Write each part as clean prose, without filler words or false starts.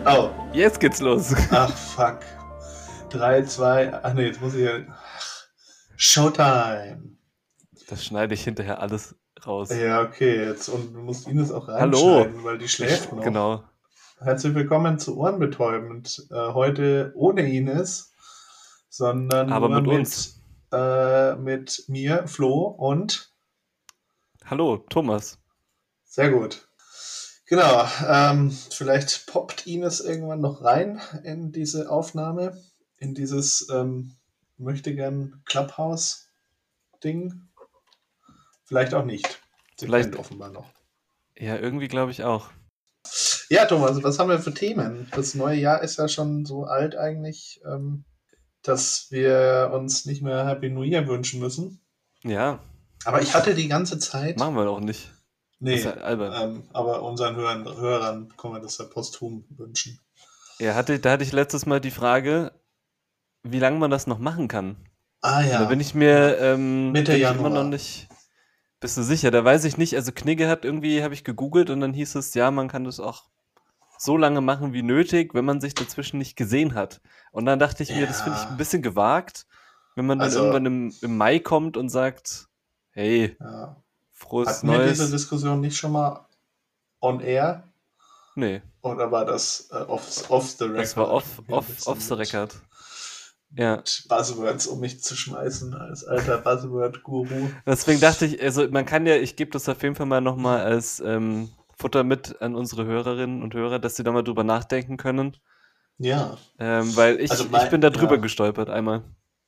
Oh, Jetzt geht's los. ach fuck. 3, 2, ach nee, jetzt muss ich ja. Showtime. Das schneide ich hinterher alles raus. Ja, okay, jetzt und du musst Ines auch Hallo. reinschneiden, weil die schläft noch. Genau. Herzlich willkommen zu Ohrenbetäubend. Heute ohne Ines, sondern Aber nur mit uns. mit mir, Flo und Hallo, Thomas. sehr gut. Genau, vielleicht poppt Ines irgendwann noch rein in diese Aufnahme, in dieses möchte gern Clubhouse-Ding. Vielleicht auch nicht. Sie pennt Vielleicht. offenbar noch. Ja, irgendwie glaube ich auch. Ja, Thomas, was haben wir für Themen? Das neue Jahr ist ja schon so alt eigentlich, dass wir uns nicht mehr Happy New Year wünschen müssen. Ja, Aber ich hatte die ganze Zeit, machen wir doch nicht. Das ist nee, ja albern. aber unseren Hörern können wir das ja posthum wünschen. Ja, da hatte ich letztes Mal die Frage, wie lange man das noch machen kann. Ah Und da ja, bin ich ja. mir Mitte bin ich immer noch Januar. nicht. Bist du sicher? Da weiß ich nicht. Also Knigge hat irgendwie, habe ich gegoogelt und dann hieß es, ja, man kann das auch so lange machen wie nötig, wenn man sich dazwischen nicht gesehen hat. Und dann dachte ich mir, das finde ich ein Ja, bisschen gewagt, wenn man dann also, irgendwann im Mai kommt und sagt, hey, ja. frohes Hatten wir diese Neues. Diskussion nicht schon mal on air? Nee, Oder war das off the das war record? Hier ein off bisschen the record. Ja. mit Buzzwords um mich zu schmeißen als alter Buzzword-Guru. Deswegen dachte ich, also man kann ja, ich gebe das auf jeden Fall mal nochmal als Futter mit an unsere Hörerinnen und Hörer, dass sie da mal drüber nachdenken können. Ja, Weil also ich bin da drüber ja. gestolpert einmal.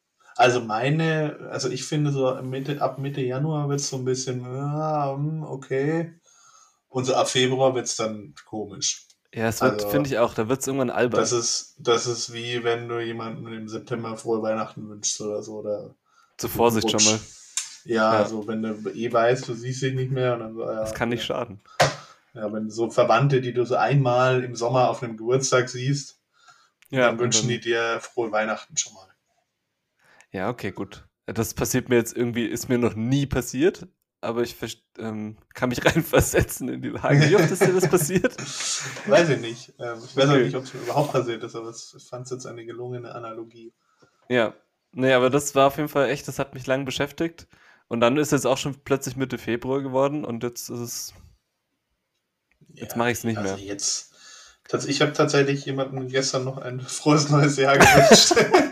Also ich finde so ab Mitte Januar wird es so ein bisschen, okay. Und so ab Februar wird es dann komisch. Ja, es wird, Also finde ich auch, da wird es irgendwann albern. das ist wie wenn du jemandem im September frohe Weihnachten wünschst oder so, oder Zur guten Vorsicht schon mal. Rutsch. Ja, Ja, also wenn du weißt, du siehst dich nicht mehr und dann so, ja, das kann nicht okay. schaden. Ja, wenn so Verwandte, die du so einmal im Sommer auf einem Geburtstag siehst, und Ja, dann und wünschen die dann, dir frohe Weihnachten schon mal. ja, okay, gut. Das passiert mir jetzt irgendwie, ist mir noch nie passiert, aber ich kann mich reinversetzen in die Lage. Wie oft ist dir das passiert? Weiß ich nicht. Ich weiß auch Okay. nicht, ob es mir überhaupt passiert ist, aber ich fand es jetzt eine gelungene Analogie. Ja. Nee, aber das war auf jeden Fall echt, das hat mich lang beschäftigt. Und dann ist es auch schon plötzlich Mitte Februar geworden und jetzt Ja, mache ich es nicht also mehr. jetzt. Ich habe tatsächlich jemandem gestern noch ein frohes neues Jahr gewünscht.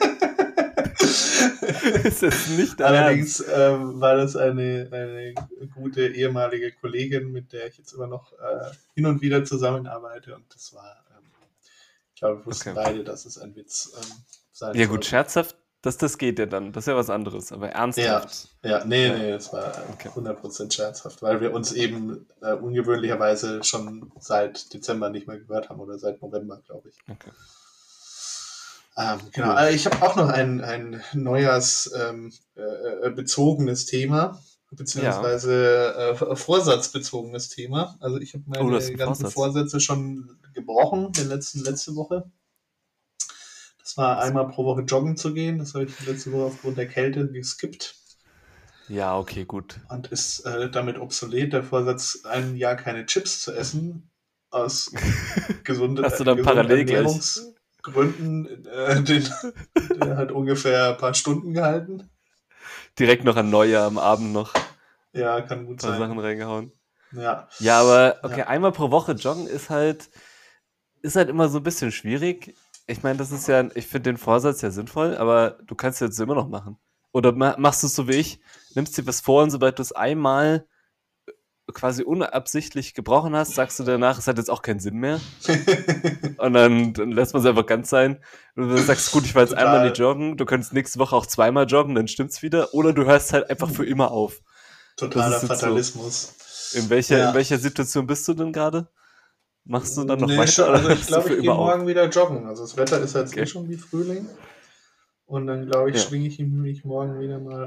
Ist jetzt nicht dein Allerdings Ernst. war das eine gute ehemalige Kollegin, mit der ich jetzt immer noch hin und wieder zusammenarbeite. Und das war, ich glaube, wir wussten Okay. beide, dass es ein Witz sein Ja gut, sollte. scherzhaft, das geht ja dann. Das ist ja was anderes. Aber Ja, ernsthaft. ja, nee, Ja, nee, das war okay. 100% scherzhaft, weil wir uns eben ungewöhnlicherweise schon seit Dezember nicht mehr gehört haben oder seit November, glaube ich. Okay. Genau, Cool. ich habe auch noch ein neujahrsbezogenes Thema, Ja. beziehungsweise vorsatzbezogenes Thema. Also ich habe Oh, das ist meine ein ganzen Vorsatz. Vorsätze schon gebrochen, letzte Woche. Das war Das, einmal pro Woche joggen zu gehen. Das habe ich letzte Woche aufgrund der Kälte geskippt ja, okay, gut. und ist damit obsolet. Der Vorsatz, ein Jahr keine Chips zu essen, aus Hast du dann gesunden parallel gleich Ernährungsgründen, der hat ungefähr ein paar Stunden gehalten. direkt noch an Neujahr am Abend noch ein Ja, kann gut paar sein. Sachen reingehauen? Ja, Ja, aber okay, ja. einmal pro Woche joggen ist halt immer so ein bisschen schwierig. Ich meine, das ist ja, ich finde den Vorsatz ja sinnvoll, aber du kannst es jetzt immer noch machen. Oder machst du es so wie ich, nimmst dir was vor und sobald du es einmal quasi unabsichtlich gebrochen hast, sagst du danach, es hat jetzt auch keinen Sinn mehr. Und dann lässt man es einfach ganz sein. Und du sagst, gut, ich war jetzt einmal nicht Total, joggen, du könntest nächste Woche auch zweimal joggen, dann stimmt's wieder. Oder du hörst halt einfach für immer auf. Das totaler ist jetzt so. Fatalismus. In Ja. welcher Situation bist du denn gerade? Machst du dann noch Nee, weiter oder also ich hörst du glaube, für ich gehe immer auf? morgen wieder joggen. Also das Wetter ist jetzt eh Okay. schon wie Frühling. Und dann glaube ich, Ja. schwinge ich mich morgen wieder mal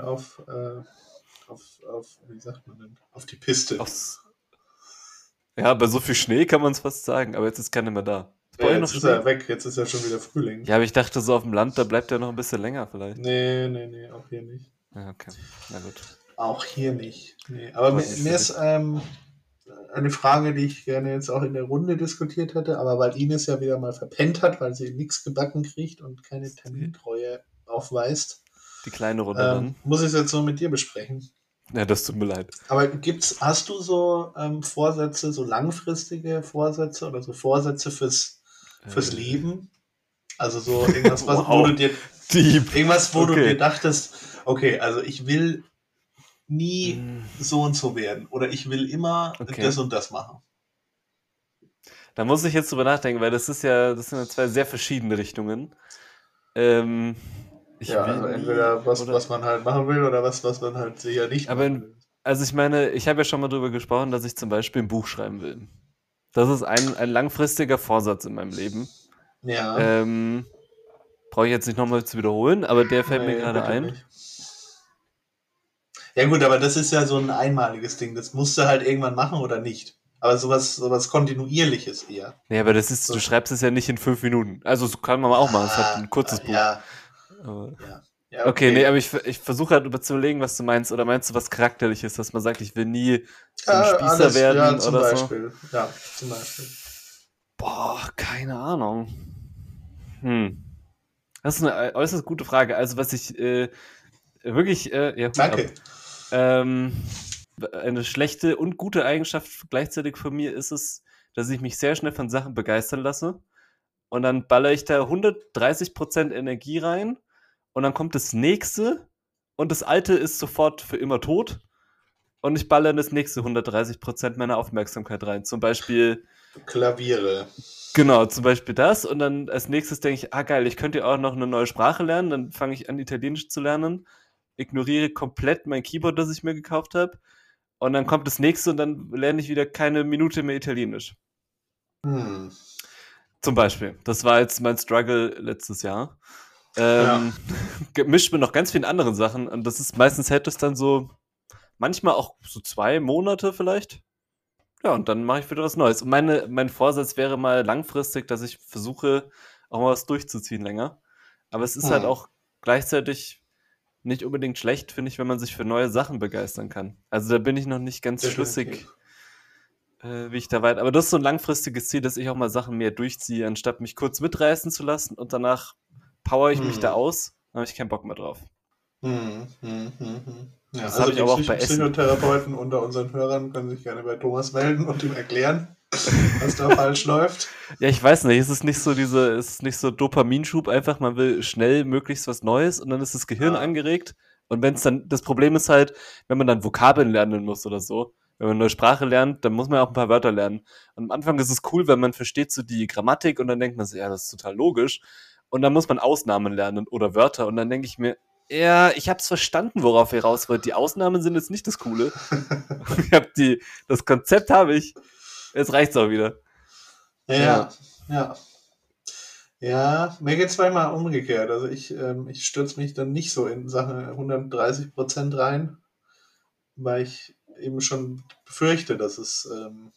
wie sagt man denn, auf die Piste. Aufs, ja, bei so viel Schnee kann man es fast sagen, aber jetzt ist keiner mehr da. Ist bei Ja, euch noch jetzt ist er Schnee? weg, jetzt ist ja schon wieder Frühling. Ja, aber ich dachte so auf dem Land, da bleibt er noch ein bisschen länger vielleicht. Nee, nee, nee, auch hier nicht. Ja, okay. Na gut. Auch hier nicht. Nee. Aber Freut mich für mir ist dich. eine Frage, die ich gerne jetzt auch in der Runde diskutiert hätte, aber weil Ines ja wieder mal verpennt hat, weil sie nichts gebacken kriegt und keine Die, Termintreue aufweist, die kleine Runde dann. muss ich es jetzt so mit dir besprechen. Ja, das tut mir leid. Aber hast du so Vorsätze, so langfristige Vorsätze oder so Vorsätze fürs Äh, Leben? Also so irgendwas, wow. Deep. Wo du Okay. dir dachtest, okay, also ich will nie Mm, so und so werden oder ich will immer Okay. das und das machen. Da muss ich jetzt drüber nachdenken, weil das sind ja zwei sehr verschiedene Richtungen. Ich Ja, will also nie, entweder oder, was man halt machen will oder was man halt sicher nicht aber machen will. also ich meine, ich habe ja schon mal drüber gesprochen, dass ich zum Beispiel ein Buch schreiben will. Das ist ein langfristiger Vorsatz in meinem Leben. Ja, Brauche ich jetzt nicht nochmal zu wiederholen, aber der fällt mir nee, gerade bitte ein. nicht. Ja gut, aber das ist ja so ein einmaliges Ding. Das musst du halt irgendwann machen oder nicht. Aber sowas Kontinuierliches eher. Nee, aber das ist, du So, schreibst es ja nicht in 5 Minuten. Also, das kann man auch machen. Es ist halt ein kurzes Buch. ja, Aber, ja, ja, okay, nee, okay. aber ich versuche halt überzulegen, was du meinst. Oder meinst du was Charakterliches, dass man sagt, ich will nie so ein Ja, Spießer alles, ja, werden zum oder so? Beispiel. Ja, zum Beispiel. Boah, keine Ahnung. Hm. Das ist eine äußerst gute Frage. Also, was ich wirklich, ja, Hut ab. Danke. Ähm, eine schlechte und gute Eigenschaft gleichzeitig von mir ist es, dass ich mich sehr schnell von Sachen begeistern lasse. Und dann baller ich da 130% Energie rein. Und dann kommt das nächste. Und das alte ist sofort für immer tot. Und ich baller in das nächste 130% meiner Aufmerksamkeit rein. Zum Beispiel, Klaviere. genau, zum Beispiel das. Und dann als nächstes denke ich, geil, ich könnte ja auch noch eine neue Sprache lernen. Dann fange ich an, Italienisch zu lernen. Ignoriere komplett mein Keyboard, das ich mir gekauft habe. Und dann kommt das nächste und dann lerne ich wieder keine Minute mehr Italienisch. Hm. Zum Beispiel. Das war jetzt mein Struggle letztes Jahr. Ja. Gemischt mit noch ganz vielen anderen Sachen. Und das ist meistens hält es dann so, manchmal auch so 2 Monate vielleicht. Ja, und dann mache ich wieder was Neues. Und mein Vorsatz wäre mal langfristig, dass ich versuche, auch mal was durchzuziehen länger. Aber es ist halt Hm. auch gleichzeitig nicht unbedingt schlecht, finde ich, wenn man sich für neue Sachen begeistern kann. Also da bin ich noch nicht ganz schlüssig, Definitiv. wie ich da weit. Aber das ist so ein langfristiges Ziel, dass ich auch mal Sachen mehr durchziehe, anstatt mich kurz mitreißen zu lassen und danach power ich mich da Hm. aus, dann habe ich keinen Bock mehr drauf. Ja, Das habe also ich die aber auch bei Essen. Psychotherapeuten unter unseren Hörern können sich gerne bei Thomas melden und ihm erklären, was da falsch läuft. Ja, ich weiß nicht, es ist nicht so Dopaminschub einfach, man will schnell möglichst was Neues und dann ist das Gehirn Ja. angeregt und wenn es dann, das Problem ist halt, wenn man dann Vokabeln lernen muss oder so, wenn man eine neue Sprache lernt, dann muss man ja auch ein paar Wörter lernen. Und am Anfang ist es cool, wenn man versteht so die Grammatik und dann denkt man so, ja, das ist total logisch. Und dann muss man Ausnahmen lernen oder Wörter und dann denke ich mir, ja, ich hab's verstanden, worauf ihr raus wollt. Die Ausnahmen sind jetzt nicht das Coole. Das Konzept habe ich. Jetzt reicht's auch wieder. Ja, Ja. ja. Ja, mir geht es zweimal umgekehrt. Also ich stürze mich dann nicht so in Sache 130% rein, weil ich eben schon befürchte, dass es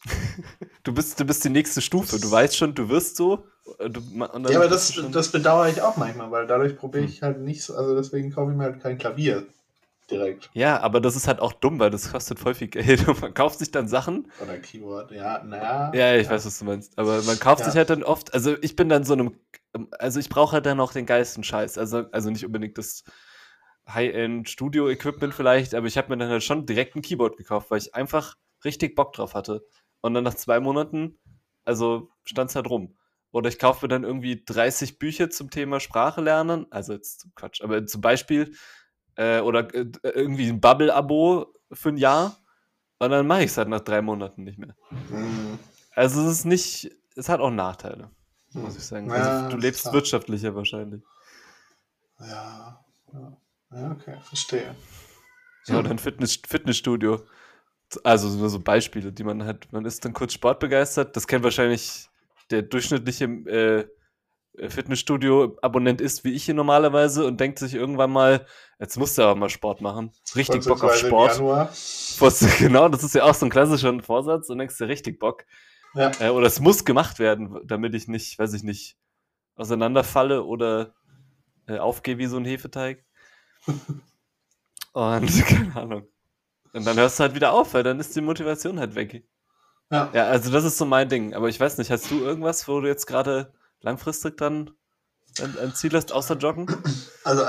Du bist die nächste Stufe. Du weißt schon, du wirst so. Und ja, dann aber bist du schon. das bedauere ich auch manchmal, weil dadurch probiere Hm. ich halt nicht so, also deswegen kaufe ich mir halt kein Klavier direkt. Ja, aber das ist halt auch dumm, weil das kostet voll viel Geld und man kauft sich dann Sachen. Oder Keyboard. Ja, naja, Ja, ich weiß, ja, was du meinst. Aber man kauft sich ja. halt dann oft. Also ich bin dann so einem. Also ich brauche halt dann auch den geilsten Scheiß. Also nicht unbedingt das High-End-Studio-Equipment vielleicht, aber ich habe mir dann halt schon direkt ein Keyboard gekauft, weil ich einfach richtig Bock drauf hatte. Und dann nach 2 Monaten, also stand es halt rum. Oder ich kaufe mir dann irgendwie 30 Bücher zum Thema Sprache lernen. Also jetzt Quatsch, aber zum Beispiel, oder irgendwie ein Bubble-Abo für ein Jahr. Und dann mache ich es halt nach 3 Monaten nicht mehr. Hm, Also es ist nicht, es hat auch Nachteile, muss ich sagen. Also ja, du ist lebst klar. wirtschaftlicher wahrscheinlich. Ja, ja, ja, okay, verstehe. Ja, oder ein Fitnessstudio. Also nur so Beispiele, die man hat. Man ist dann kurz sportbegeistert. Das kennt wahrscheinlich der durchschnittliche Fitnessstudio-Abonnent ist, wie ich hier normalerweise, und denkt sich irgendwann mal, jetzt musst du aber mal Sport machen. Richtig Bock auf Vorzugsweise im Sport. Januar. Genau, das ist ja auch so ein klassischer Vorsatz und denkst dir richtig Bock. Ja. Oder es muss gemacht werden, damit ich nicht, weiß ich nicht, auseinanderfalle oder aufgehe wie so ein Hefeteig. Und keine Ahnung. Und dann hörst du halt wieder auf, weil dann ist die Motivation halt weg. Ja, Ja, also das ist so mein Ding. Aber ich weiß nicht, hast du irgendwas, wo du jetzt gerade langfristig dann ein Ziel hast, außer Joggen? also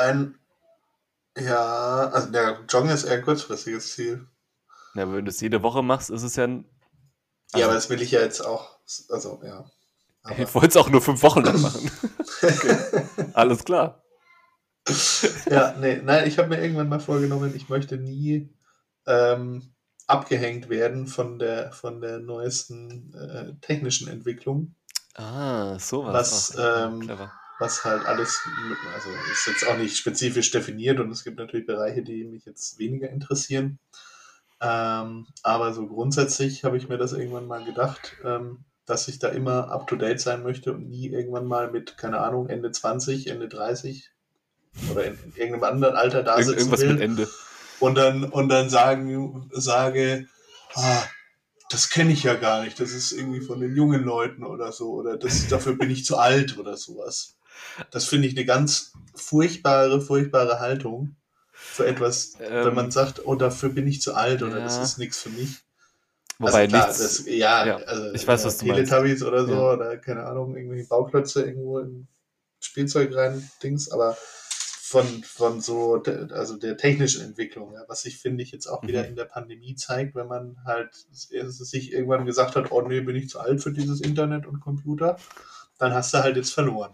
also der Joggen ist eher ein kurzfristiges Ziel. Ja, aber wenn du es jede Woche machst, ist es ja Ja, aber also, das will ich ja jetzt auch, also ja, ich aber wollte es auch nur 5 Wochen lang machen. Okay, alles klar. ja, nee, nein, ich habe mir irgendwann mal vorgenommen, ich möchte nie ähm, abgehängt werden von der neuesten technischen Entwicklung, Ah, sowas. Ach, was, ja, clever. was halt alles, also ist jetzt auch nicht spezifisch definiert und es gibt natürlich Bereiche, die mich jetzt weniger interessieren. Aber so grundsätzlich habe ich mir das irgendwann mal gedacht, dass ich da immer up to date sein möchte und nie irgendwann mal mit, keine Ahnung, Ende 20, Ende 30 oder in irgendeinem anderen Alter da sitzen Irgendwas mit will Ende. und dann sage, ah, das kenne ich ja gar nicht, das ist irgendwie von den jungen Leuten oder so, oder dafür bin ich zu alt oder sowas. Das finde ich eine ganz furchtbare Haltung für etwas, wenn man Ähm, sagt, oh, dafür bin ich zu alt oder das ja, ist nichts für mich. Also wobei klar, nichts. Ja, also ich weiß, ja, was du meinst. Teletubbies oder so, Ja. oder keine Ahnung, irgendwelche Bauklötze irgendwo in Spielzeug rein, Dings, aber von so, also der technischen Entwicklung, ja, was sich, finde ich, jetzt auch wieder Mhm. in der Pandemie zeigt, wenn man halt sich irgendwann gesagt hat, oh nee, bin ich zu alt für dieses Internet und Computer, dann hast du halt jetzt verloren.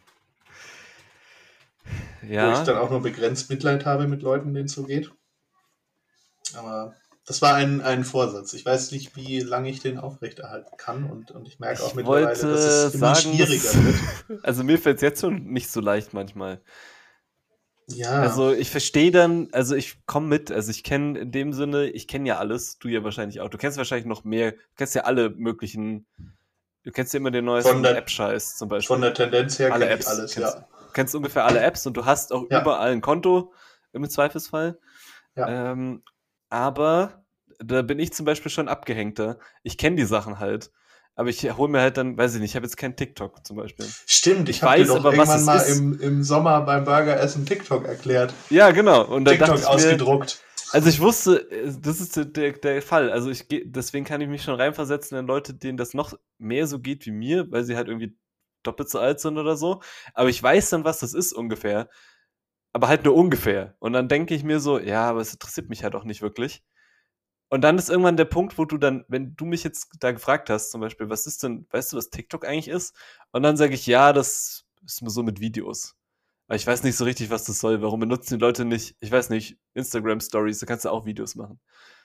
Wo ich Ja, dann auch nur begrenzt Mitleid habe mit Leuten, denen es so geht. Aber das war ein Vorsatz. Ich weiß nicht, wie lange ich den aufrechterhalten kann und ich merke auch ich mittlerweile, dass es wollte immer sagen, schwieriger wird. also mir fällt es jetzt schon nicht so leicht manchmal. Ja, Also ich verstehe dann, also ich komme mit, also ich kenne in dem Sinne, ich kenne ja alles, du ja wahrscheinlich auch. Du kennst wahrscheinlich noch mehr, du kennst ja alle möglichen, du kennst ja immer den von neuesten der, App-Scheiß zum von Beispiel. der Tendenz her Alle kenne ich Apps alles, kennst, ja. kennst ungefähr alle Apps und du hast auch Ja, überall ein Konto im Zweifelsfall. ja. Ähm, aber da bin ich zum Beispiel schon abgehängter. Ich kenne die Sachen halt. Aber ich hole mir halt dann, weiß ich nicht, ich habe jetzt kein TikTok zum Beispiel. Stimmt, ich Ich habe dir weiß doch aber, was irgendwann es mal ist. im Sommer beim Burgeressen TikTok erklärt. Ja, genau. Und da dachte TikTok ich mir, ausgedruckt. also ich wusste, das ist der Fall. Also deswegen kann ich mich schon reinversetzen in Leute, denen das noch mehr so geht wie mir, weil sie halt irgendwie doppelt so alt sind oder so. Aber ich weiß dann, was das ist ungefähr. Aber halt nur ungefähr. Und dann denke ich mir so, ja, aber es interessiert mich halt auch nicht wirklich. Und dann ist irgendwann der Punkt, wo du dann, wenn du mich jetzt da gefragt hast, zum Beispiel, was ist denn, weißt du, was TikTok eigentlich ist? Und dann sage ich, ja, das ist so mit Videos. Aber ich weiß nicht so richtig, was das soll. Warum benutzen die Leute nicht, ich weiß nicht, Instagram Stories, da kannst du auch Videos machen.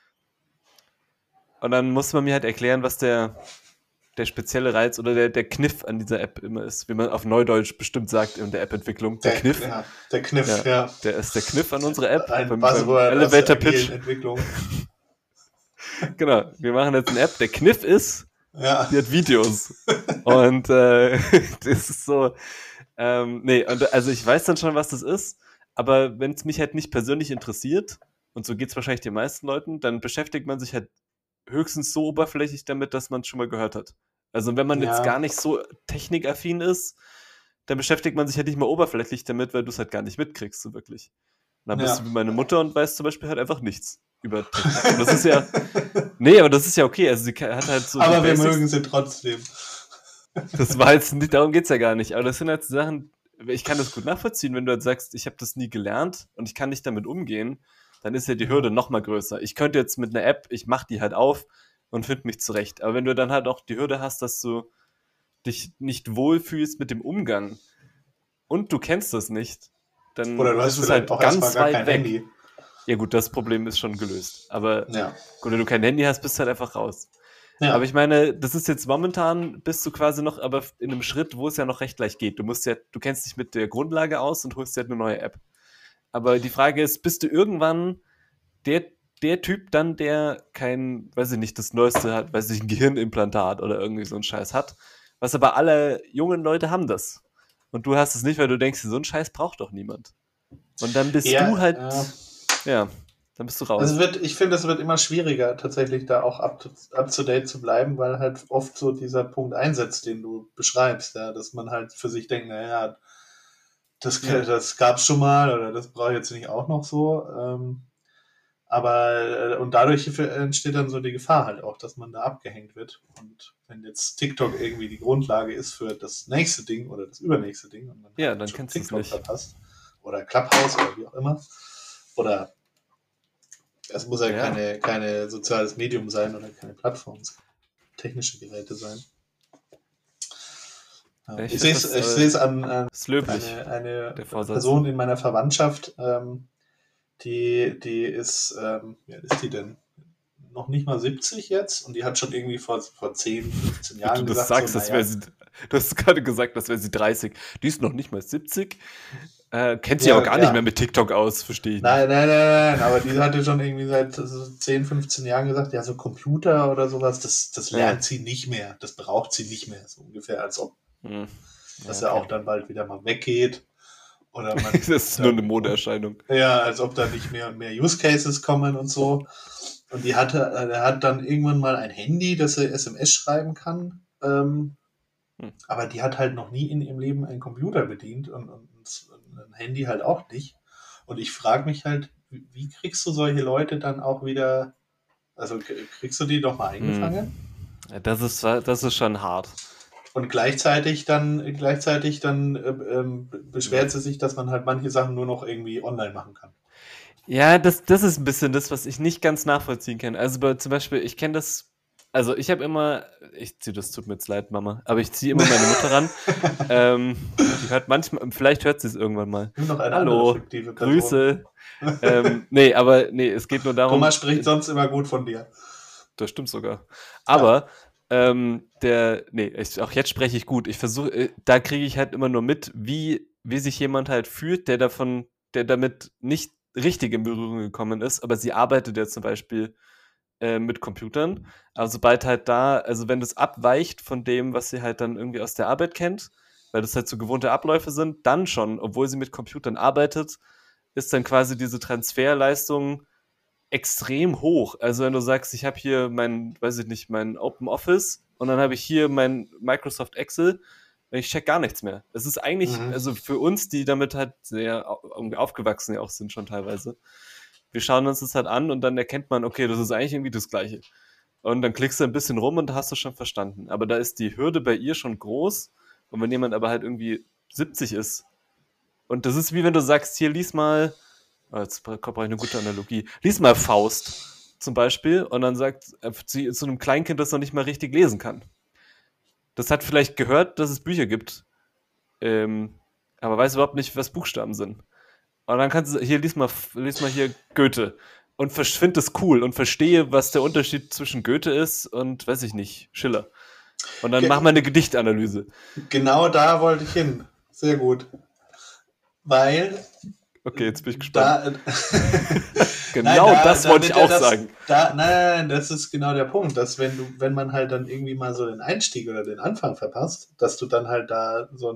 Und dann muss man mir halt erklären, was der spezielle Reiz oder der Kniff an dieser App immer ist, wie man auf Neudeutsch bestimmt sagt in der App-Entwicklung. Der Kniff. Der Kniff, Ja, ja. der ist der Kniff an unserer App Ein beim Buzzword aus der Elevator agilen Pitch. Entwicklung. Genau, wir machen jetzt eine App. Der Kniff ist, Ja, die hat Videos. Und das ist so, nee, und also ich weiß dann schon, was das ist, aber wenn es mich halt nicht persönlich interessiert, und so geht es wahrscheinlich den meisten Leuten, dann beschäftigt man sich halt höchstens so oberflächlich damit, dass man es schon mal gehört hat. Also wenn man jetzt ja, gar nicht so technikaffin ist, dann beschäftigt man sich halt nicht mal oberflächlich damit, weil du es halt gar nicht mitkriegst, so wirklich. Und dann bist ja. du wie meine Mutter und weißt zum Beispiel halt einfach nichts über Technik. Und das ist ja, nee, aber das ist ja okay. Also sie hat halt so die Aber wir mögen Basics. sie trotzdem. Das war jetzt nicht, darum geht's ja gar nicht. Aber das sind halt so Sachen, ich kann das gut nachvollziehen, wenn du halt sagst, ich habe das nie gelernt und ich kann nicht damit umgehen, dann ist ja die Hürde Ja, noch mal größer. Ich könnte jetzt mit einer App, ich mache die halt auf und finde mich zurecht. Aber wenn du dann halt auch die Hürde hast, dass du dich nicht wohlfühlst mit dem Umgang und du kennst das nicht, oder dann du hast ist es vielleicht halt auch erstmal ganz gar weit kein weg. Handy. Ja gut, das Problem ist schon gelöst. Aber Ja, gut, wenn du kein Handy hast, bist du halt einfach raus. Aber ja, ich meine, das ist jetzt momentan, bist du quasi noch aber in einem Schritt, wo es ja noch recht leicht geht. Du kennst dich mit der Grundlage aus und holst dir halt eine neue App. Aber die Frage ist, bist du irgendwann der, der Typ dann, der kein, weiß ich nicht, das Neueste hat, weiß ich, ein Gehirnimplantat oder irgendwie so ein Scheiß hat. Was aber alle jungen Leute haben das. Und du hast es nicht, weil du denkst, so ein Scheiß braucht doch niemand. Und dann bist du eher, halt, ja, dann bist du also raus. ich finde, es wird immer schwieriger, tatsächlich da auch up to date zu bleiben, weil halt oft so dieser Punkt einsetzt, den du beschreibst, ja, dass man halt für sich denkt, naja, Ja. das gab's schon mal oder das brauche ich jetzt nicht auch noch so. Aber, und dadurch entsteht dann so die Gefahr halt auch, dass man da abgehängt wird. Und wenn jetzt TikTok irgendwie die Grundlage ist für das nächste Ding oder das übernächste Ding und man Ja, halt dann schon kennst du es TikTok nicht. verpasst oder Clubhouse oder wie auch immer, oder es muss ja, keine soziales Medium sein oder keine Plattform, es können technische Geräte sein. Ja, ich sehe es an ist löblich, eine der Vorsatz. Person in meiner Verwandtschaft, die ist, wie alt ist die denn? Noch nicht mal 70 jetzt und die hat schon irgendwie vor 10, 15 Jahren Du gesagt, sagst, so, naja, du hast gerade gesagt, das wäre sie 30. Die ist noch nicht mal 70. Kennt sie ja, aber gar ja. nicht mehr mit TikTok aus, verstehe ich Nein, aber die hatte schon irgendwie seit 10, 15 Jahren gesagt, ja, so Computer oder sowas, das lernt sie nicht mehr, das braucht sie nicht mehr, so ungefähr, als ob das ja auch dann bald wieder mal weggeht. Oder man das ist nur eine Modeerscheinung. Ja, als ob da nicht mehr und mehr Use Cases kommen und so. Und er hat dann irgendwann mal ein Handy, das er SMS schreiben kann. Aber die hat halt noch nie in ihrem Leben einen Computer bedient und ein Handy halt auch nicht. Und ich frage mich halt, wie kriegst du solche Leute dann auch wieder, also kriegst du die doch mal eingefangen? Das ist schon hart. Und gleichzeitig dann beschwert sie sich, dass man halt manche Sachen nur noch irgendwie online machen kann. Ja, das ist ein bisschen das, was ich nicht ganz nachvollziehen kann. Also zum Beispiel, ich kenne das, also ich habe immer, das tut mir jetzt leid, Mama, aber ich ziehe immer meine Mutter ran. Die hört manchmal, vielleicht hört sie es irgendwann mal. Noch eine Hallo, andere fiktive Person. Grüße. Es geht nur darum. Thomas spricht sonst immer gut von dir. Das stimmt sogar. Aber auch jetzt spreche ich gut. Ich versuche, da kriege ich halt immer nur mit, wie sich jemand halt fühlt, der damit nicht richtig in Berührung gekommen ist, aber sie arbeitet ja zum Beispiel mit Computern. Aber sobald halt also wenn das abweicht von dem, was sie halt dann irgendwie aus der Arbeit kennt, weil das halt so gewohnte Abläufe sind, dann schon, obwohl sie mit Computern arbeitet, ist dann quasi diese Transferleistung extrem hoch. Also wenn du sagst, ich habe hier mein Open Office und dann habe ich hier mein Microsoft Excel, ich check gar nichts mehr. Es ist eigentlich, also für uns, die damit halt sehr irgendwie aufgewachsen ja auch sind schon teilweise, wir schauen uns das halt an und dann erkennt man, okay, das ist eigentlich irgendwie das Gleiche. Und dann klickst du ein bisschen rum und da hast du schon verstanden. Aber da ist die Hürde bei ihr schon groß. Und wenn jemand aber halt irgendwie 70 ist, und das ist wie wenn du sagst, hier lies mal, jetzt brauche ich eine gute Analogie, lies mal Faust zum Beispiel und dann sagt sie zu einem Kleinkind, das noch nicht mal richtig lesen kann. Das hat vielleicht gehört, dass es Bücher gibt, aber weiß überhaupt nicht, was Buchstaben sind. Und dann kannst du, hier, lies mal hier Goethe und finde es cool und verstehe, was der Unterschied zwischen Goethe ist und, weiß ich nicht, Schiller. Und dann machen wir eine Gedichtanalyse. Genau da wollte ich hin. Sehr gut. Weil... Okay, jetzt bin ich gespannt. Das wollte ich auch sagen. Nein, das ist genau der Punkt, dass wenn man halt dann irgendwie mal so den Einstieg oder den Anfang verpasst, dass du dann halt da so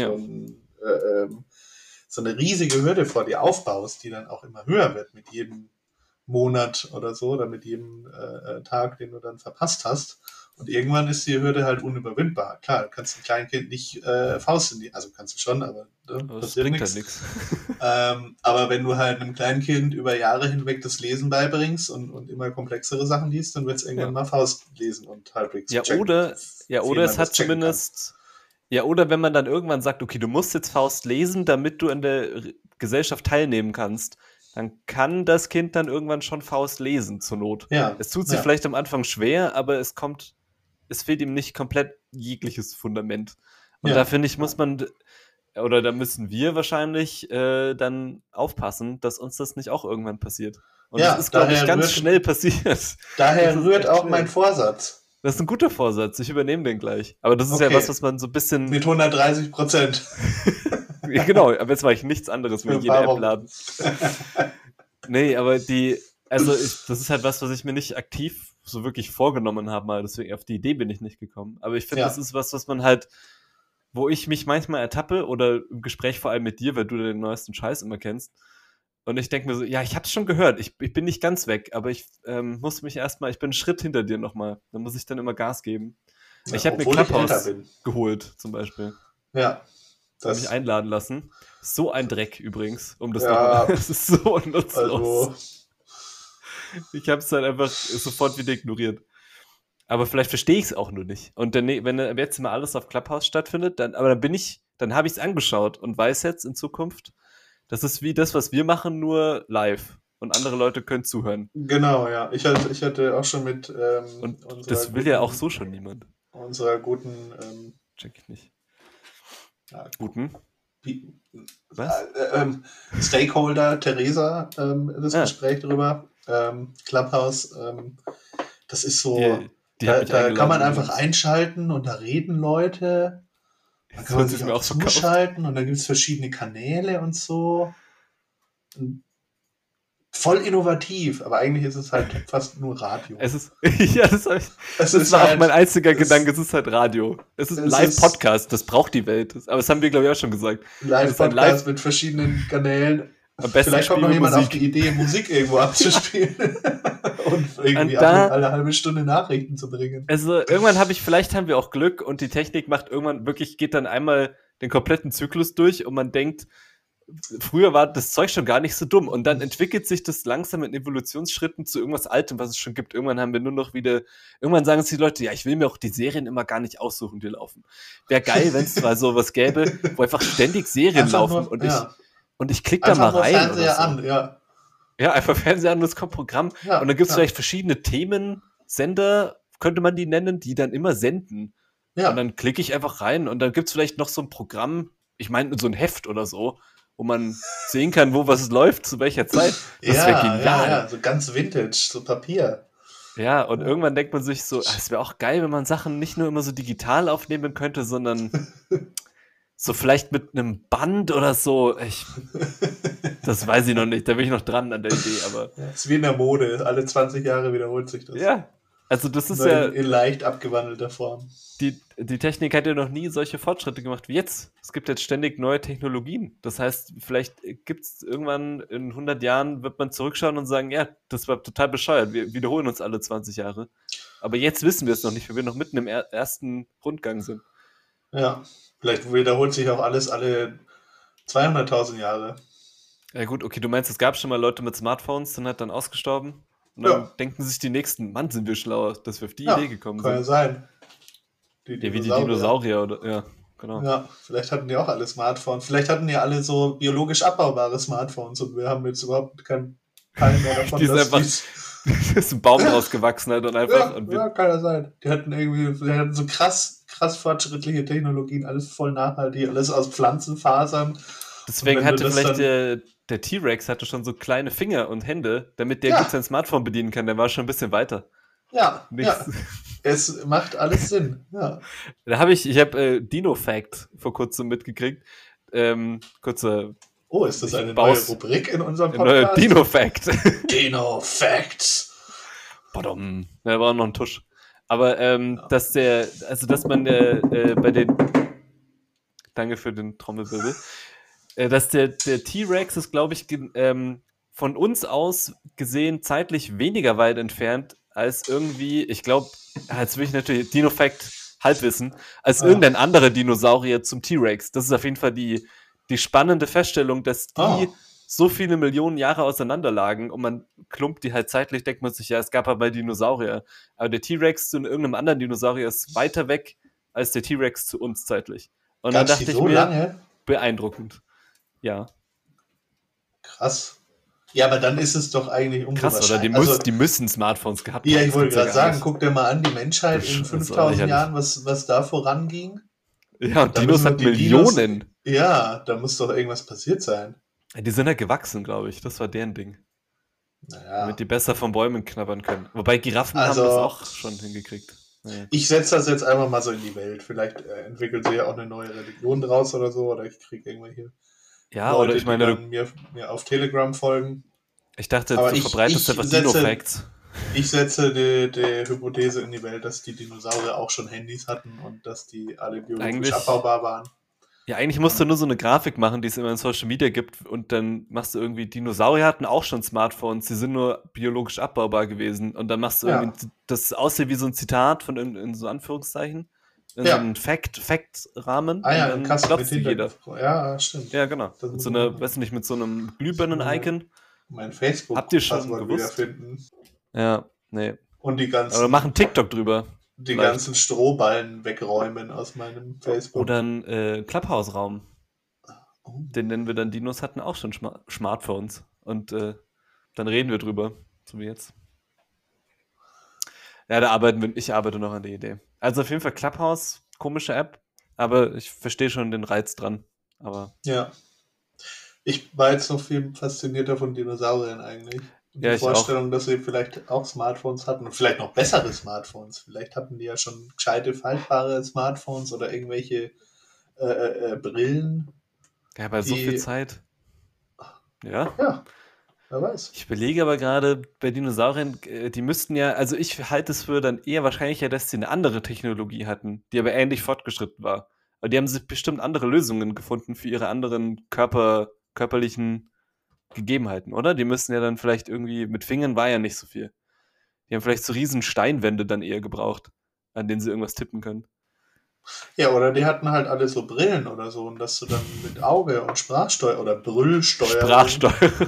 eine riesige Hürde vor dir aufbaust, die dann auch immer höher wird mit jedem Monat oder so oder mit jedem Tag, den du dann verpasst hast. Und irgendwann ist die Hürde halt unüberwindbar. Klar, du kannst ein Kleinkind nicht Faust in die, also kannst du schon, aber das bringt halt nichts. Aber wenn du halt einem Kleinkind über Jahre hinweg das Lesen beibringst und immer komplexere Sachen liest, dann wird es irgendwann mal Faust lesen und halbwegs checken. Oder es hat zumindest... Ja, oder wenn man dann irgendwann sagt, okay, du musst jetzt Faust lesen, damit du an der Gesellschaft teilnehmen kannst, dann kann das Kind dann irgendwann schon Faust lesen, zur Not. Ja, es tut sich vielleicht am Anfang schwer, aber es fehlt ihm nicht komplett jegliches Fundament. Und da finde ich, da müssen wir wahrscheinlich dann aufpassen, dass uns das nicht auch irgendwann passiert. Und das ist, glaube ich, ganz schnell passiert. Daher rührt auch mein Vorsatz. Das ist ein guter Vorsatz, ich übernehme den gleich. Aber das ist ja was man so ein bisschen... Mit 130%. Genau, aber jetzt mache ich nichts anderes wie jede App laden. Nee, aber das ist halt was ich mir nicht aktiv so wirklich vorgenommen habe mal, deswegen auf die Idee bin ich nicht gekommen. Aber ich finde, das ist was man halt, wo ich mich manchmal ertappe oder im Gespräch vor allem mit dir, weil du den neuesten Scheiß immer kennst. Und ich denke mir so, ja, ich hab's schon gehört, ich bin nicht ganz weg, aber ich muss mich ich bin einen Schritt hinter dir nochmal. Da muss ich dann immer Gas geben. Ja, ich habe mir Clubhouse geholt, zum Beispiel. Ja. Das mich einladen lassen. So ein Dreck übrigens, um das nochmal. Das ist so nutzlos. Ich habe es dann einfach sofort wieder ignoriert. Aber vielleicht verstehe ich es auch nur nicht. Und dann, wenn jetzt mal alles auf Clubhouse stattfindet, dann habe ich es angeschaut und weiß jetzt in Zukunft, das ist wie das, was wir machen, nur live. Und andere Leute können zuhören. Genau, ja. Ich hatte auch schon mit Und das will ja auch so schon niemand. unserer guten Check ich nicht. ja, Guten? Was? Stakeholder Theresa das Gespräch drüber. Clubhouse, das ist so, da kann man einfach einschalten und da reden Leute. Da kann man sich auch zuschalten und dann gibt es verschiedene Kanäle und so. Und voll innovativ, aber eigentlich ist es halt fast nur Radio. Es ist, ja, das war halt, auch mein einziger Gedanke, es ist halt Radio. Es ist ein Live-Podcast, das braucht die Welt. Aber das haben wir, glaube ich, auch schon gesagt. Live-Podcast mit verschiedenen Kanälen. Vielleicht kommt noch jemand auf die Idee, Musik irgendwo abzuspielen und irgendwie alle halbe Stunde Nachrichten zu bringen. Also irgendwann vielleicht haben wir auch Glück und die Technik macht irgendwann wirklich, geht dann einmal den kompletten Zyklus durch und man denkt, früher war das Zeug schon gar nicht so dumm und dann entwickelt sich das langsam in Evolutionsschritten zu irgendwas Altem, was es schon gibt. Irgendwann haben wir nur noch irgendwann sagen sich die Leute, ja, ich will mir auch die Serien immer gar nicht aussuchen, die laufen. Wäre geil, wenn es mal sowas gäbe, wo einfach ständig Serien laufen und ich klicke da mal rein. Einfach Fernseher an, ja. Ja, einfach Fernseher an, und es kommt Programm. Ja, und dann gibt es vielleicht verschiedene Themensender, könnte man die nennen, die dann immer senden. Ja. Und dann klicke ich einfach rein und dann gibt es vielleicht noch so ein Programm, ich meine so ein Heft oder so, wo man sehen kann, wo was läuft, zu welcher Zeit. Das wäre genial. Ja, so ganz vintage, so Papier. Ja, und irgendwann denkt man sich so, es wäre auch geil, wenn man Sachen nicht nur immer so digital aufnehmen könnte, sondern so vielleicht mit einem Band oder so. Das weiß ich noch nicht, da bin ich noch dran an der Idee, aber. Ja, ist wie in der Mode, alle 20 Jahre wiederholt sich das. Ja, also das ist in leicht abgewandelter Form. Die Technik hat ja noch nie solche Fortschritte gemacht wie jetzt. Es gibt jetzt ständig neue Technologien. Das heißt, vielleicht gibt es irgendwann in 100 Jahren, wird man zurückschauen und sagen, ja, das war total bescheuert. Wir wiederholen uns alle 20 Jahre. Aber jetzt wissen wir es noch nicht, weil wir noch mitten im ersten Rundgang sind. Ja, vielleicht wiederholt sich auch alles alle 200.000 Jahre. Ja gut, okay, du meinst, es gab schon mal Leute mit Smartphones, sind halt dann ausgestorben. Und dann denken sich die Nächsten, Mann, sind wir schlauer, dass wir auf die Idee gekommen sind. Kann ja sein. Wie die Dinosaurier, oder? Ja, genau. Ja, vielleicht hatten die auch alle Smartphones. Vielleicht hatten die alle so biologisch abbaubare Smartphones und wir haben jetzt überhaupt keinen mehr davon. ist ein Baum draus gewachsen halt und einfach. Kann ja sein. Die hatten so krass fortschrittliche Technologien, alles voll nachhaltig, alles aus Pflanzenfasern. Deswegen hatte vielleicht der T-Rex hatte schon so kleine Finger und Hände, damit der gut sein Smartphone bedienen kann. Der war schon ein bisschen weiter. Ja, es macht alles Sinn. Ja. Da habe ich habe Dino-Fact vor kurzem mitgekriegt. Ist das eine neue Rubrik in unserem Podcast? Dino-Fact. Dino-Facts. Badum. Da war noch ein Tusch. Aber dass man bei den Danke für den Trommelwirbel. Dass der T-Rex ist, glaube ich, von uns aus gesehen zeitlich weniger weit entfernt als irgendwie, ich glaube, jetzt will ich natürlich Dino-Fact Halbwissen, als irgendein anderer Dinosaurier zum T-Rex. Das ist auf jeden Fall die spannende Feststellung, dass die so viele Millionen Jahre auseinander lagen und man klumpt die halt zeitlich, denkt man sich, ja, es gab halt mal Dinosaurier. Aber der T-Rex zu irgendeinem anderen Dinosaurier ist weiter weg als der T-Rex zu uns zeitlich. Und dann dachte ich mir, lange? Beeindruckend. Ja. Krass. Ja, aber dann ist es doch eigentlich krass, oder? Die müssen Smartphones gehabt haben. Ja, ich wollte gerade sagen, guck dir mal an, die Menschheit in 5000 Jahren, was da voranging. Ja, und Dinos hat Millionen. Ja, da muss doch irgendwas passiert sein. Die sind ja gewachsen, glaube ich. Das war deren Ding. Naja. Damit die besser von Bäumen knabbern können. Wobei Giraffen haben das auch schon hingekriegt. Naja. Ich setze das jetzt einfach mal so in die Welt. Vielleicht entwickelt sich ja auch eine neue Religion draus oder so. Oder ich kriege irgendwelche Leute, oder ich meine, die mir auf Telegram folgen. Ich dachte, du verbreitest einfach Dino-Facts. Ich setze die Hypothese in die Welt, dass die Dinosaurier auch schon Handys hatten und dass die alle biologisch abbaubar waren. Ja, eigentlich musst du nur so eine Grafik machen, die es immer in Social Media gibt und dann machst du irgendwie, Dinosaurier hatten auch schon Smartphones, die sind nur biologisch abbaubar gewesen und dann machst du irgendwie, das aussieht wie so ein Zitat von in so Anführungszeichen, in so einem Fact-Rahmen. Ja, ein Kasten mit jeder. Ja, stimmt. Ja, genau. Mit so einem Glühbirnen-Icon. Mein Facebook habt ihr schon gewusst? Wiederfinden. Ja, nee. Und Aber machen TikTok drüber. die Vielleicht. ganzen Strohballen wegräumen aus meinem Facebook. Oder ein Clubhouse-Raum. Oh. Den nennen wir dann Dinos hatten auch schon Smartphones. Und dann reden wir drüber. So wie jetzt. Ja, ich arbeite noch an der Idee. Also auf jeden Fall Clubhouse, komische App, aber ich verstehe schon den Reiz dran. Aber Ja, ich war jetzt noch viel faszinierter von Dinosauriern eigentlich. Und die ja, ich auch. Vorstellung, dass sie vielleicht auch Smartphones hatten und vielleicht noch bessere Smartphones. Vielleicht hatten die ja schon gescheite faltbare Smartphones oder irgendwelche Brillen, Ja, bei so viel die, Zeit. Ja. ja, wer weiß. Ich überlege aber gerade bei Dinosauriern, die müssten ja, also ich halte es für dann eher wahrscheinlicher, dass sie eine andere Technologie hatten, die aber ähnlich fortgeschritten war. Aber die haben sich bestimmt andere Lösungen gefunden für ihre anderen körperlichen Gegebenheiten, oder? Die müssen ja dann vielleicht irgendwie, mit Fingern war ja nicht so viel. Die haben vielleicht so riesen Steinwände dann eher gebraucht, an denen sie irgendwas tippen können. Ja, oder die hatten halt alle so Brillen oder so und dass du dann mit Auge und Sprachsteuer oder Brüllsteuerung, Sprachsteuerung.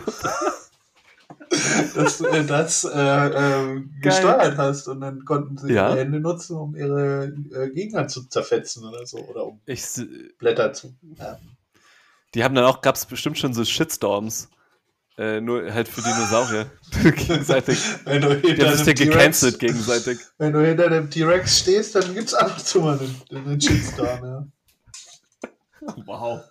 dass du das Geil. gesteuert hast und dann konnten sie ihre Ja. Hände nutzen, um ihre Gegner zu zerfetzen oder so oder um Ich, Blätter zu. Ja. Die haben dann auch, gab es bestimmt schon so Shitstorms. Nur halt für Dinosaurier. Gegenseitig. Wenn du Die hinter haben sich einem ja gecancelt T-Rex, gegenseitig. wenn du hinter einem T-Rex stehst, dann gibt's ab und zu mal einen Shitstorm, ja. Wow.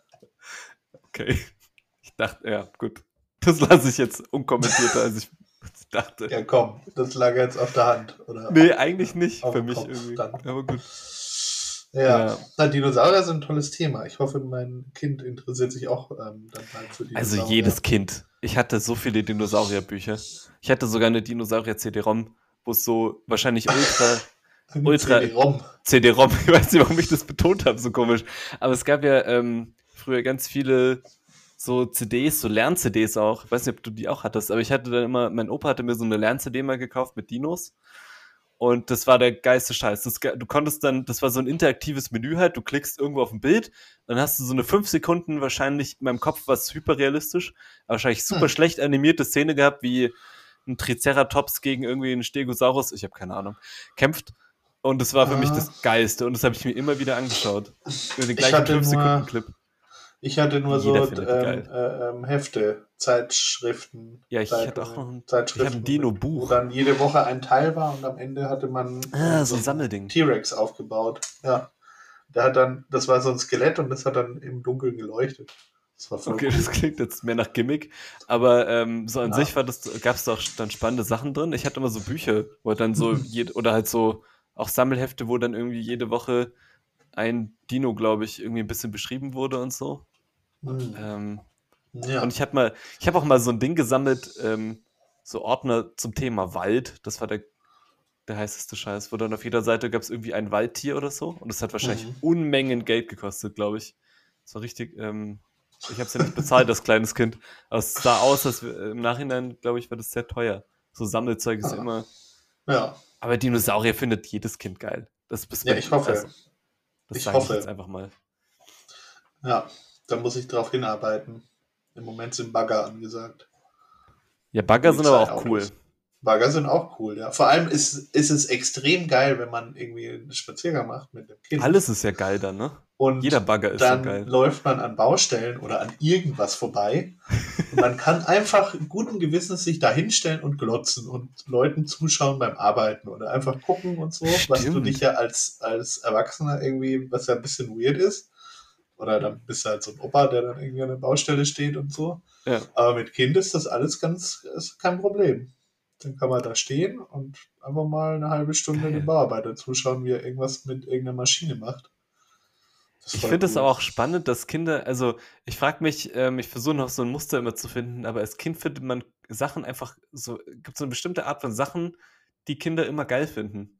Okay. Ich dachte, ja, gut. Das lasse ich jetzt unkommentierter, als ich dachte. Ja, komm, das lag jetzt auf der Hand. Oder Nee, eigentlich nicht auf für dem mich Kopf irgendwie. dann. Aber gut. Ja, Ja. na, Dinosaurier sind ein tolles Thema. Ich hoffe, mein Kind interessiert sich auch dann bald für Also Dinosaurier. jedes Kind. Ich hatte so viele Dinosaurierbücher. Ich hatte sogar eine Dinosaurier-CD-ROM, wo es so wahrscheinlich ultra CD-ROM. CD-ROM, ich weiß nicht, warum ich das betont habe, so komisch. Aber es gab ja früher ganz viele so CDs, so Lern-CDs auch. Ich weiß nicht, ob du die auch hattest, aber ich hatte dann immer, mein Opa hatte mir so eine Lern-CD mal gekauft mit Dinos. Und das war der geilste Scheiß. Du konntest dann, das war so ein interaktives Menü halt, du klickst irgendwo auf ein Bild, dann hast du so eine 5 Sekunden wahrscheinlich, in meinem Kopf was hyperrealistisch, aber wahrscheinlich super schlecht animierte Szene gehabt, wie ein Triceratops gegen irgendwie einen Stegosaurus, ich habe keine Ahnung, kämpft. Und das war für mich das Geilste und das habe ich mir immer wieder angeschaut. Mit den Ich gleichen hatte 5-Sekunden-Clip. Ich hatte nur Jeder so findet die geil. Hefte, Zeitschriften, Ja, ich hatte auch noch Zeitungen, ein, ich habe Zeitschriften, ein wo Dino-Buch. dann jede Woche ein Teil war und am Ende hatte man So so ein einen Sammelding. T-Rex aufgebaut. Ja. Das war so ein Skelett und das hat dann im Dunkeln geleuchtet. Das war voll Okay, cool. das klingt jetzt mehr nach Gimmick, aber so an Ja. sich gab es da auch dann spannende Sachen drin. Ich hatte immer so Bücher, wo dann so, oder halt so auch Sammelhefte, wo dann irgendwie jede Woche ein Dino, glaube ich, irgendwie ein bisschen beschrieben wurde und so. Hm. Und Ja. ich habe auch mal so ein Ding gesammelt, so Ordner zum Thema Wald. Das war der heißeste Scheiß, wo dann auf jeder Seite gab es irgendwie ein Waldtier oder so. Und das hat wahrscheinlich Unmengen Geld gekostet, glaube ich. Das war richtig, ich habe es ja nicht bezahlt als kleines Kind. Aber es sah aus, als im Nachhinein, glaube ich, war das sehr teuer. So Sammelzeug ist ja immer. Ja. Aber Dinosaurier findet jedes Kind geil. Das ist Ja, ich hoffe. also, das Ich sage ich jetzt hoffe. einfach mal. Ja, da muss ich drauf hinarbeiten. Im Moment sind Bagger angesagt. Ja, Bagger sind aber auch cool. Polizeiautos. Bagger sind auch cool, ja. Vor allem ist es extrem geil, wenn man irgendwie einen Spaziergang macht mit dem Kind. Alles ist ja geil dann, ne? Und Jeder Bagger ist so dann geil. läuft man an Baustellen oder an irgendwas vorbei. Und man kann einfach guten Gewissens sich da hinstellen und glotzen und Leuten zuschauen beim Arbeiten oder einfach gucken und so, was du Stimmt. dich ja als Erwachsener irgendwie, was ja ein bisschen weird ist. Oder dann bist du halt so ein Opa, der dann irgendwie an der Baustelle steht und so. Ja. Aber mit Kind ist das alles ist kein Problem. Dann kann man da stehen und einfach mal eine halbe Stunde Geil. dem Bauarbeiter zuschauen, wie er irgendwas mit irgendeiner Maschine macht. Ich finde es aber auch spannend, dass Kinder, also ich frage mich, ich versuche noch so ein Muster immer zu finden, aber als Kind findet man Sachen einfach so, gibt es so eine bestimmte Art von Sachen, die Kinder immer geil finden.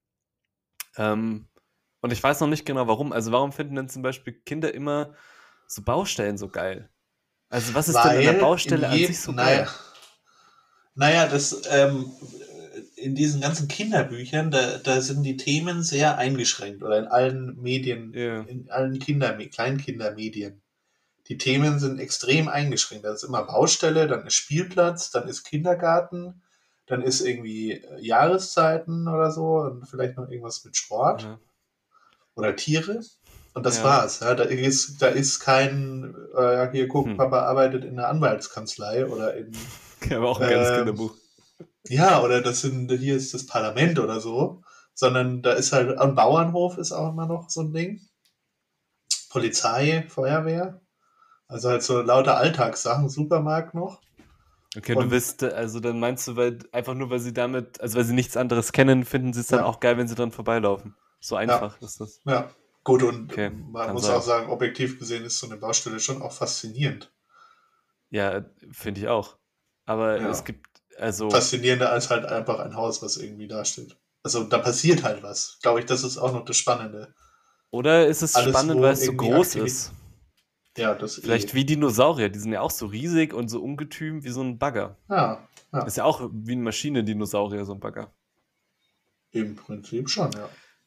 Und ich weiß noch nicht genau warum. Also warum finden denn zum Beispiel Kinder immer so Baustellen so geil? Also was ist denn an der Baustelle an sich so geil? Naja, in diesen ganzen Kinderbüchern, da sind die Themen sehr eingeschränkt oder in allen Medien, Ja. in allen Kleinkindermedien. Die Themen sind extrem eingeschränkt. Da ist immer Baustelle, dann ist Spielplatz, dann ist Kindergarten, dann ist irgendwie Jahreszeiten oder so und vielleicht noch irgendwas mit Sport Ja. oder Tiere. Und das Ja. war's. Ja. Da ist kein, hier guck, Hm. Papa arbeitet in einer Anwaltskanzlei oder Aber auch ein geiles ähm, Kinderbuch. ja, oder hier ist das Parlament oder so, sondern da ist halt, ein Bauernhof ist auch immer noch so ein Ding. Polizei, Feuerwehr, also halt so lauter Alltagssachen, Supermarkt noch. Okay, du Und wirst, also dann meinst du, weil einfach nur, weil sie damit, also weil sie nichts anderes kennen, finden sie es dann ja, auch geil, wenn sie dran vorbeilaufen. So ja, einfach ist das. ja. Gut, und Okay, man kann muss auch sein. sagen, objektiv gesehen ist so eine Baustelle schon auch faszinierend. Ja, finde ich auch. Aber es Ja. gibt, also, Faszinierender als halt einfach ein Haus, was irgendwie dasteht. Also da passiert halt was. Glaube ich, das ist auch noch das Spannende. oder ist es Alles, spannend, weil wo es so irgendwie groß Aktivität. ist? Ja, das Vielleicht wie Dinosaurier, die sind ja auch so riesig und so ungetüm wie so ein Bagger. Ja, ja. Ist ja auch wie eine Maschine, Dinosaurier, so ein Bagger. Im Prinzip schon, ja.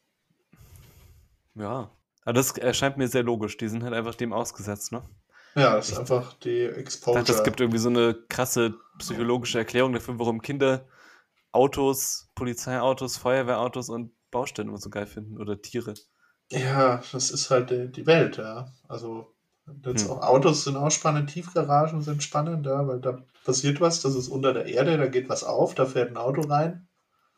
Ja. Aber das erscheint mir sehr logisch. Die sind halt einfach dem ausgesetzt, ne? Ja, das ist Ich einfach die dachte, es Exposure. gibt irgendwie so eine krasse psychologische Erklärung dafür, warum Kinder Autos, Polizeiautos, Feuerwehrautos und Baustellen immer so geil finden oder Tiere. Ja, das ist halt die Welt, ja. Also jetzt Hm. auch Autos sind auch spannend, Tiefgaragen sind spannend, ja, weil da passiert was, das ist unter der Erde, da geht was auf, da fährt ein Auto rein.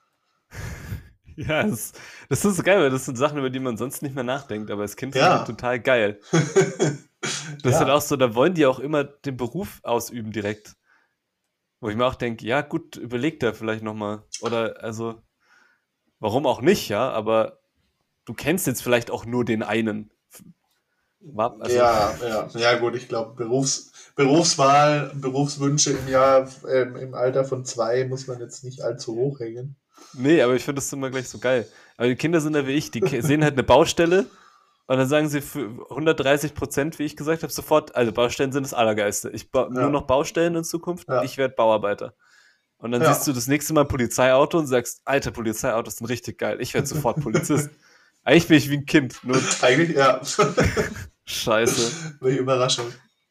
Ja, das ist geil, weil das sind Sachen, über die man sonst nicht mehr nachdenkt, aber als Kind sind die Ja. total geil. Das ist halt auch Ja. so, da wollen die auch immer den Beruf ausüben direkt. Wo ich mir auch denke, ja gut, überleg da vielleicht nochmal. Oder also, warum auch nicht, ja, aber du kennst jetzt vielleicht auch nur den einen. Also, Ja, ja, ja gut, ich glaube, Berufswahl, Berufswünsche im Jahr, im Alter von 2 muss man jetzt nicht allzu hoch hängen. nee, aber ich finde das immer gleich so geil. Aber die Kinder sind ja wie ich, die sehen halt eine Baustelle und dann sagen sie für 130%, wie ich gesagt habe, sofort, also Baustellen sind das Allergeilste. Ich baue nur Ja, noch Baustellen in Zukunft, ja, ich werde Bauarbeiter. Und dann siehst ja. du das nächste Mal ein Polizeiauto und sagst, alter, Polizeiautos sind richtig geil, ich werde sofort Polizist. Eigentlich bin ich wie ein Kind, nur Eigentlich, ja. scheiße. Welche Überraschung.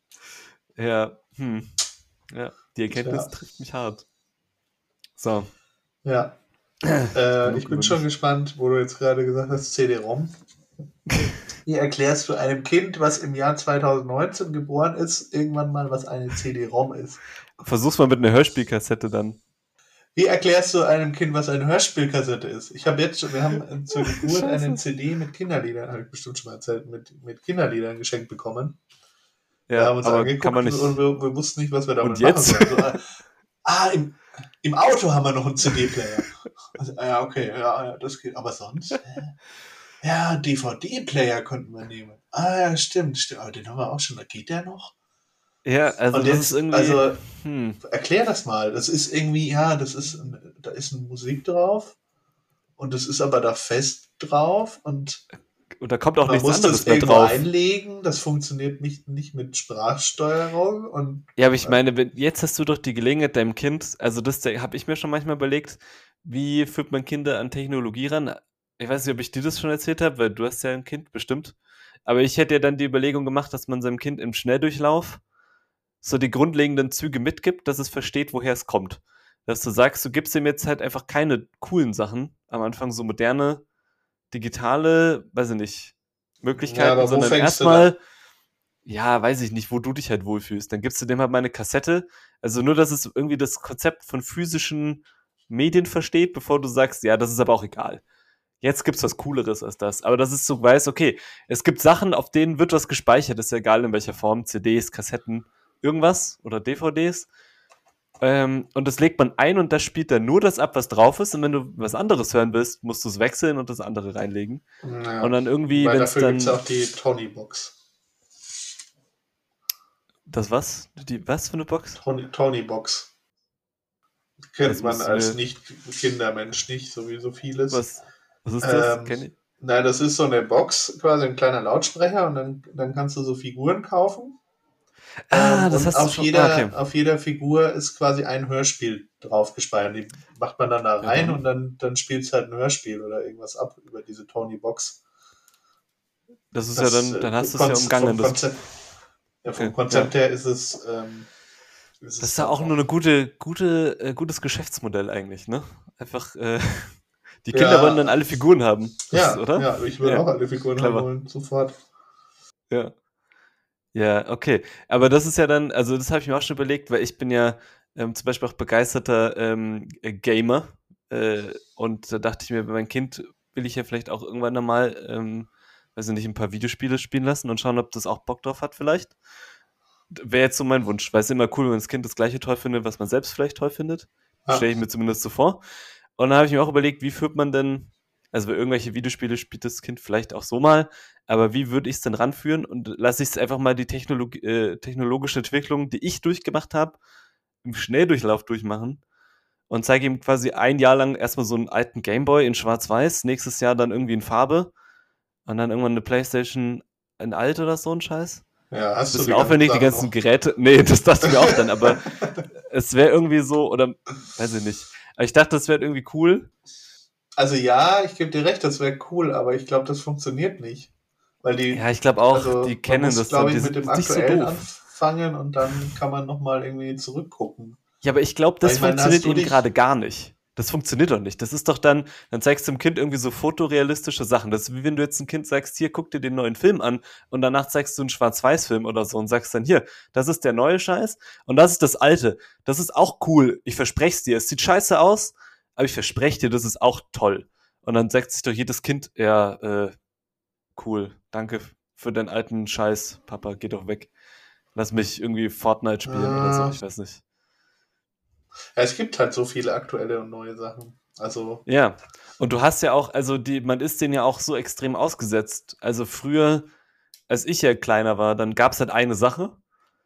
Ja, ja, die Tja, Erkenntnis trifft mich hart. So, ja. Ich genug bin über schon mich. gespannt, wo du jetzt gerade gesagt hast, CD-ROM. Wie erklärst du einem Kind, was im Jahr 2019 geboren ist, irgendwann mal, was eine CD-ROM ist? Versuch's mal mit einer Hörspielkassette dann. Wie erklärst du einem Kind, was eine Hörspielkassette ist? Wir haben zur Geburt eine Scheiße. CD mit Kinderliedern, habe ich bestimmt schon mal erzählt, mit Kinderliedern geschenkt bekommen. Wir Ja, haben uns aber kann man angeguckt und nicht. wir wussten nicht, was wir Und damit machen jetzt? sollen. So, im Auto haben wir noch einen CD-Player. Also, ja, okay, ja, das geht. Aber sonst? Ja, DVD-Player könnten wir nehmen. Ja, stimmt. Aber den haben wir auch schon. Geht der noch? Ja, also Und das ist jetzt, irgendwie. also, Hm. erklär das mal. Das ist irgendwie, ja, da ist eine Musik drauf und das ist aber da fest drauf und Und da kommt auch man nichts muss das anderes mehr irgendwo drauf. einlegen. Das funktioniert nicht mit Sprachsteuerung und Ja, aber ich meine, jetzt hast du doch die Gelegenheit, deinem Kind, also das habe ich mir schon manchmal überlegt, wie führt man Kinder an Technologie ran? Ich weiß nicht, ob ich dir das schon erzählt habe, weil du hast ja ein Kind, bestimmt. Aber ich hätte ja dann die Überlegung gemacht, dass man seinem Kind im Schnelldurchlauf so die grundlegenden Züge mitgibt, dass es versteht, woher es kommt. Dass du sagst, du gibst ihm jetzt halt einfach keine coolen Sachen am Anfang, so moderne, digitale, weiß ich nicht, ja, Möglichkeiten, aber wo sondern fängst du da? erstmal, ja, weiß ich nicht, wo du dich halt wohlfühlst. Dann gibst du dem halt mal eine Kassette. Also nur, dass es irgendwie das Konzept von physischen Medien versteht, bevor du sagst, ja, das ist aber auch egal. Jetzt gibt's was Cooleres als das. Aber dass es so weiß, okay, es gibt Sachen, auf denen wird was gespeichert, ist ja egal in welcher Form, CDs, Kassetten, irgendwas oder DVDs. Und das legt man ein und das spielt dann nur das ab, was drauf ist. Und wenn du was anderes hören willst, musst du es wechseln und das andere reinlegen. Und Ja, dann irgendwie, weil wenn es dafür gibt es dann auch die Tony-Box. das was? Die was für eine Box? Tony-Box. Das Kennt man musst du als mir. Nicht-Kindermensch nicht, so wie so vieles. Was? Was ist das? Ähm, Kenn ich? nein, das ist so eine Box, quasi ein kleiner Lautsprecher und dann kannst du so Figuren kaufen. Das Und hast du schon. Ah, okay. auf jeder Figur ist quasi ein Hörspiel drauf gespeichert. Die macht man dann da Ja, rein und dann. dann spielt es halt ein Hörspiel oder irgendwas ab über diese Tony-Box. Das ist ja Das dann hast du es ja vom umgangen. Das. Konzept, ja, vom Okay, ja. Konzept her ist es ist Das es ist ja dann auch nur auch. ein gutes Geschäftsmodell eigentlich, ne? Einfach, die Kinder wollen dann Ja, alle Figuren haben, ja, oder? ja, ich würde Ja, auch alle Figuren haben clever. wollen, sofort. Ja. Ja, okay. Aber das ist ja dann, also das habe ich mir auch schon überlegt, weil ich bin ja zum Beispiel auch begeisterter Gamer. Und da dachte ich mir, mein Kind will ich ja vielleicht auch irgendwann einmal, weiß ich nicht, ein paar Videospiele spielen lassen und schauen, ob das auch Bock drauf hat vielleicht. Wäre jetzt so mein Wunsch, weil es ist immer cool, wenn das Kind das gleiche toll findet, was man selbst vielleicht toll findet. Ja, Stelle ich mir zumindest so vor. Und dann habe ich mir auch überlegt, wie führt man denn, also bei irgendwelche Videospiele spielt das Kind vielleicht auch so mal, aber wie würde ich es denn ranführen und lasse ich es einfach mal die technologische Entwicklung, die ich durchgemacht habe, im Schnelldurchlauf durchmachen und zeige ihm quasi ein Jahr lang erstmal so einen alten Gameboy in Schwarz-Weiß, nächstes Jahr dann irgendwie in Farbe und dann irgendwann eine Playstation in alt oder so ein Scheiß. ja, Ist ein hast du bisschen die ganzen aufwendig, die Sachen ganzen noch? Geräte. Nee, das dachte ich mir auch dann, aber es wäre irgendwie so, oder weiß ich nicht. Aber ich dachte, das wäre irgendwie cool. Also ja, ich gebe dir recht, das wäre cool, aber ich glaube, das funktioniert nicht. Weil Ja, ich glaube auch, also die man kennen muss, das dann, glaube die ich, mit dem sind nicht so Aktuellen doof. anfangen und dann kann man nochmal irgendwie zurückgucken. Ja, aber ich glaube, Weil das ich meine, hast funktioniert du eben dich, gerade gar nicht. Das funktioniert doch nicht. Das ist doch dann zeigst du dem Kind irgendwie so fotorealistische Sachen. Das ist wie wenn du jetzt ein Kind sagst, hier, guck dir den neuen Film an und danach zeigst du einen Schwarz-Weiß-Film oder so und sagst dann, hier, das ist der neue Scheiß und das ist das alte. Das ist auch cool. Ich verspreche es dir. Es sieht scheiße aus, aber ich verspreche dir, das ist auch toll. Und dann sagt sich doch jedes Kind, ja, cool, danke für deinen alten Scheiß, Papa, geh doch weg. Lass mich irgendwie Fortnite spielen oder so, ja, ich weiß nicht. es gibt halt so viele aktuelle und neue Sachen. Also, Ja, und du hast ja auch, also man ist denen ja auch so extrem ausgesetzt. Also früher, als ich ja kleiner war, dann gab es halt eine Sache.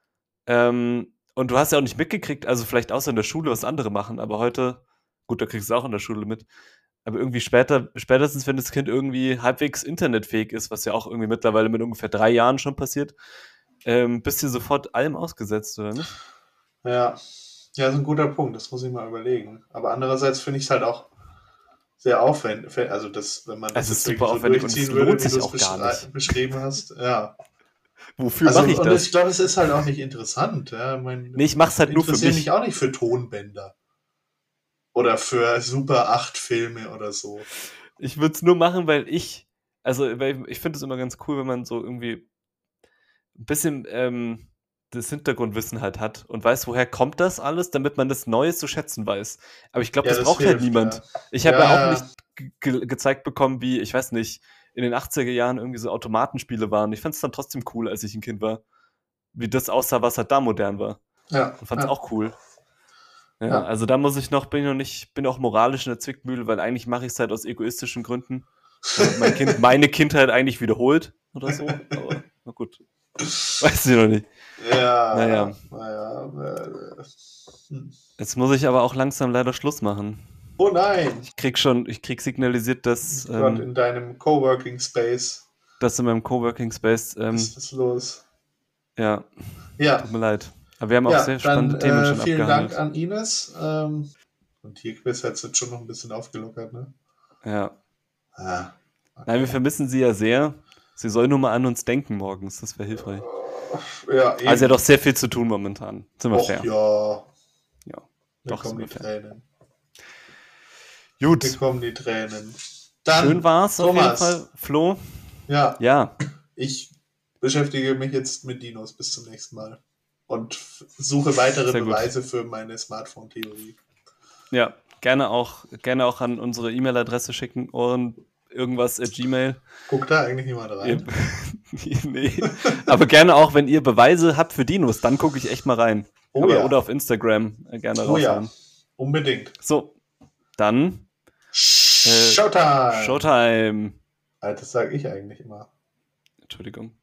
Und du hast ja auch nicht mitgekriegt, also vielleicht außer in der Schule, was andere machen, aber heute, gut, da kriegst du auch in der Schule mit. Aber irgendwie spätestens, wenn das Kind irgendwie halbwegs internetfähig ist, was ja auch irgendwie mittlerweile mit ungefähr 3 Jahren schon passiert, bist du sofort allem ausgesetzt, oder nicht? ja, ja, ist ein guter Punkt, das muss ich mal überlegen. Aber andererseits finde ich es halt auch sehr aufwendig, also das, wenn man das Es ist jetzt super wirklich so aufwendig und es durchziehen würde, lohnt wie du sich es auch gar nicht. beschrieben hast, ja. Wofür mache Also, ich und ich das? glaube, es ist halt auch nicht interessant. Ja? Nee, ich Ich mach's halt nur für interessiere mich mich. auch nicht für Tonbänder oder für Super 8 Filme oder so. Ich würde es nur machen, weil ich finde es immer ganz cool, wenn man so irgendwie ein bisschen das Hintergrundwissen halt hat und weiß, woher kommt das alles, damit man das Neues zu schätzen weiß. Aber ich glaube, Ja, das das braucht halt hilft, ja. niemand. Ich habe ja auch Ja, nicht gezeigt bekommen, wie, ich weiß nicht, in den 80er Jahren irgendwie so Automatenspiele waren. Ich fand es dann trotzdem cool, als ich ein Kind war, wie das aussah, was halt da modern war. ja, Und fand es ja, auch cool. Ja, ja. also da bin ich noch nicht, bin auch moralisch in der Zwickmühle, weil eigentlich mache ich es halt aus egoistischen Gründen, damit mein Kind meine Kindheit eigentlich wiederholt oder so. Aber na gut, weiß ich noch nicht. Naja, Ja, naja. Hm. jetzt muss ich aber auch langsam leider Schluss machen. Oh nein! Ich krieg signalisiert, Gott, in deinem Coworking Space dass in meinem Coworking Space, ist was los. ja, Ja, tut mir leid. Aber wir haben auch ja, sehr dann spannende Themen schon vielen Dank abgehandelt. an Ines. Und Tierquiz hat es jetzt schon noch ein bisschen aufgelockert, ne? Ja. Ah, Nein, wir okay. vermissen sie ja sehr. Sie soll nur mal an uns denken morgens, das wäre hilfreich. Ja, Also sie hat eben. auch sehr viel zu tun momentan. Sind wir Och fair. ja, Ja, mir doch, kommen sind die wir fair. Tränen. Mir Gut, kommen die Tränen. schön Dann, war's auf jeden Fall, Thomas. Flo. Ja, Ja, ich beschäftige mich jetzt mit Dinos bis zum nächsten Mal. Und suche weitere sehr gut. Beweise für meine Smartphone-Theorie. Ja, gerne auch an unsere E-Mail-Adresse schicken und irgendwas at Gmail. Guckt da eigentlich niemand Ihr, rein? nee. Aber gerne auch, wenn ihr Beweise habt für Dinos, dann gucke ich echt mal rein. Oh Aber ja, oder auf Instagram gerne oh ja, raushauen. unbedingt. So, dann Showtime! Showtime. Das sage ich eigentlich immer. Entschuldigung.